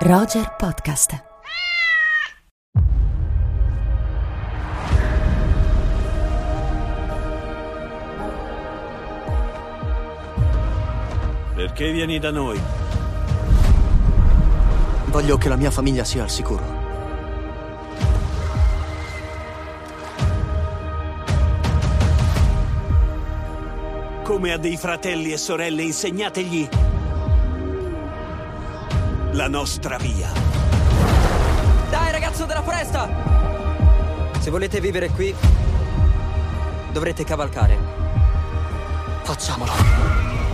Roger Podcast. Perché vieni da noi? Voglio che la mia famiglia sia al sicuro. Come a dei fratelli e sorelle, insegnategli la nostra via. Dai, ragazzo della foresta! Se volete vivere qui, dovrete cavalcare. Facciamolo.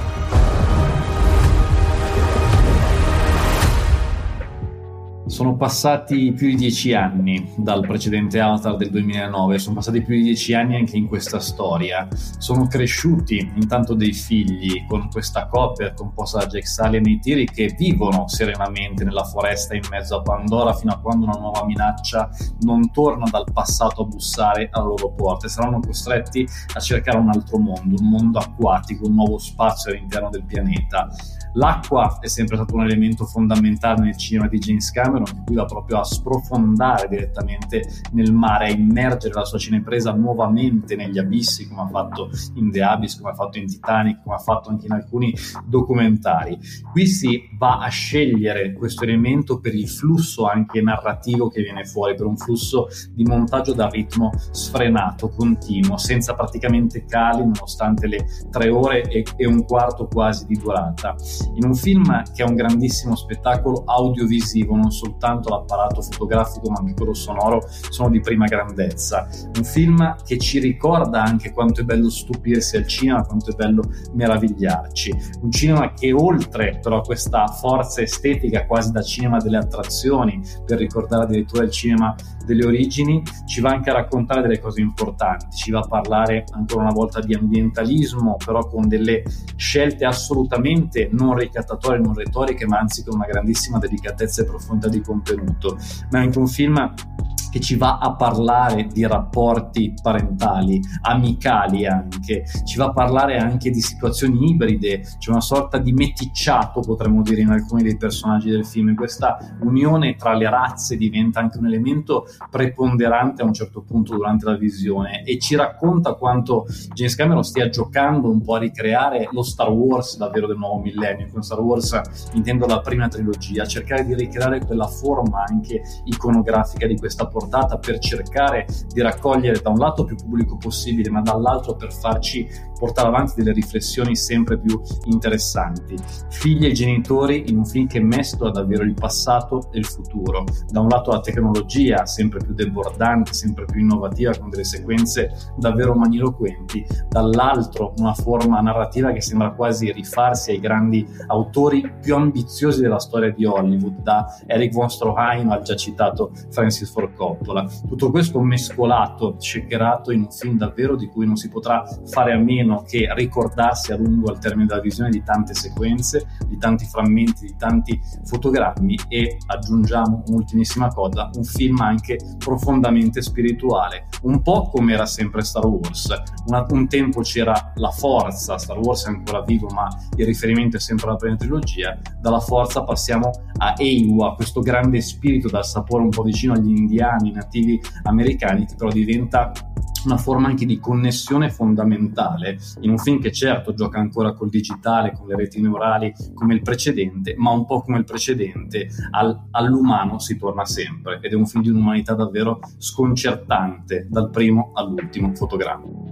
Sono passati più di 10 anni dal precedente Avatar del 2009, sono passati più di 10 anni anche in questa storia. Sono cresciuti intanto dei figli con questa coppia composta da Jake Sully e Neytiri che vivono serenamente nella foresta in mezzo a Pandora fino a quando una nuova minaccia non torna dal passato a bussare alle loro porte. Saranno costretti a cercare un altro mondo, un mondo acquatico, un nuovo spazio all'interno del pianeta. L'acqua è sempre stato un elemento fondamentale nel cinema di James Cameron, che qui va proprio a sprofondare direttamente nel mare, a immergere la sua cinepresa nuovamente negli abissi, come ha fatto in The Abyss, come ha fatto in Titanic, come ha fatto anche in alcuni documentari. Qui si va a scegliere questo elemento per il flusso anche narrativo che viene fuori, per un flusso di montaggio da ritmo sfrenato, continuo, senza praticamente cali, nonostante le 3 ore e un quarto quasi di durata. In un film che è un grandissimo spettacolo audiovisivo, non soltanto l'apparato fotografico ma anche quello sonoro sono di prima grandezza. Un film che ci ricorda anche quanto è bello stupirsi al cinema, quanto è bello meravigliarci. Un cinema che oltre però a questa forza estetica quasi da cinema delle attrazioni, per ricordare addirittura il cinema delle origini, ci va anche a raccontare delle cose importanti, ci va a parlare ancora una volta di ambientalismo, però con delle scelte assolutamente non ricattatorie, non retoriche, ma anzi con una grandissima delicatezza e profondità di contenuto. Ma è anche un film che ci va a parlare di rapporti parentali, amicali anche, ci va a parlare anche di situazioni ibride, c'è una sorta di meticciato, potremmo dire, in alcuni dei personaggi del film. Questa unione tra le razze diventa anche un elemento preponderante a un certo punto durante la visione e ci racconta quanto James Cameron stia giocando un po' a ricreare lo Star Wars davvero del nuovo millennio. Con Star Wars intendo la prima trilogia, cercare di ricreare quella forma anche iconografica di questa portata per cercare di raccogliere da un lato più pubblico possibile, ma dall'altro per farci portare avanti delle riflessioni sempre più interessanti. Figli e genitori in un film che mescola davvero il passato e il futuro. Da un lato la tecnologia sempre più debordante, sempre più innovativa, con delle sequenze davvero magniloquenti, dall'altro una forma narrativa che sembra quasi rifarsi ai grandi autori più ambiziosi della storia di Hollywood, da Erich von Stroheim al già citato Francis Ford Coppola. Tutto questo mescolato, shakerato in un film davvero di cui non si potrà fare a meno che ricordarsi a lungo al termine della visione di tante sequenze, di tanti frammenti, di tanti fotogrammi e, aggiungiamo un'ultimissima cosa, un film anche profondamente spirituale, un po' come era sempre Star Wars. Un tempo c'era la forza, Star Wars è ancora vivo ma il riferimento è sempre alla prima trilogia. Dalla forza passiamo a Eywa, questo grande spirito dal sapore un po' vicino agli indiani nativi americani, che però diventa una forma anche di connessione fondamentale in un film che certo gioca ancora col digitale, con le reti neurali come il precedente, ma un po' come il precedente all'umano si torna sempre, ed è un film di un'umanità davvero sconcertante dal primo all'ultimo fotogramma.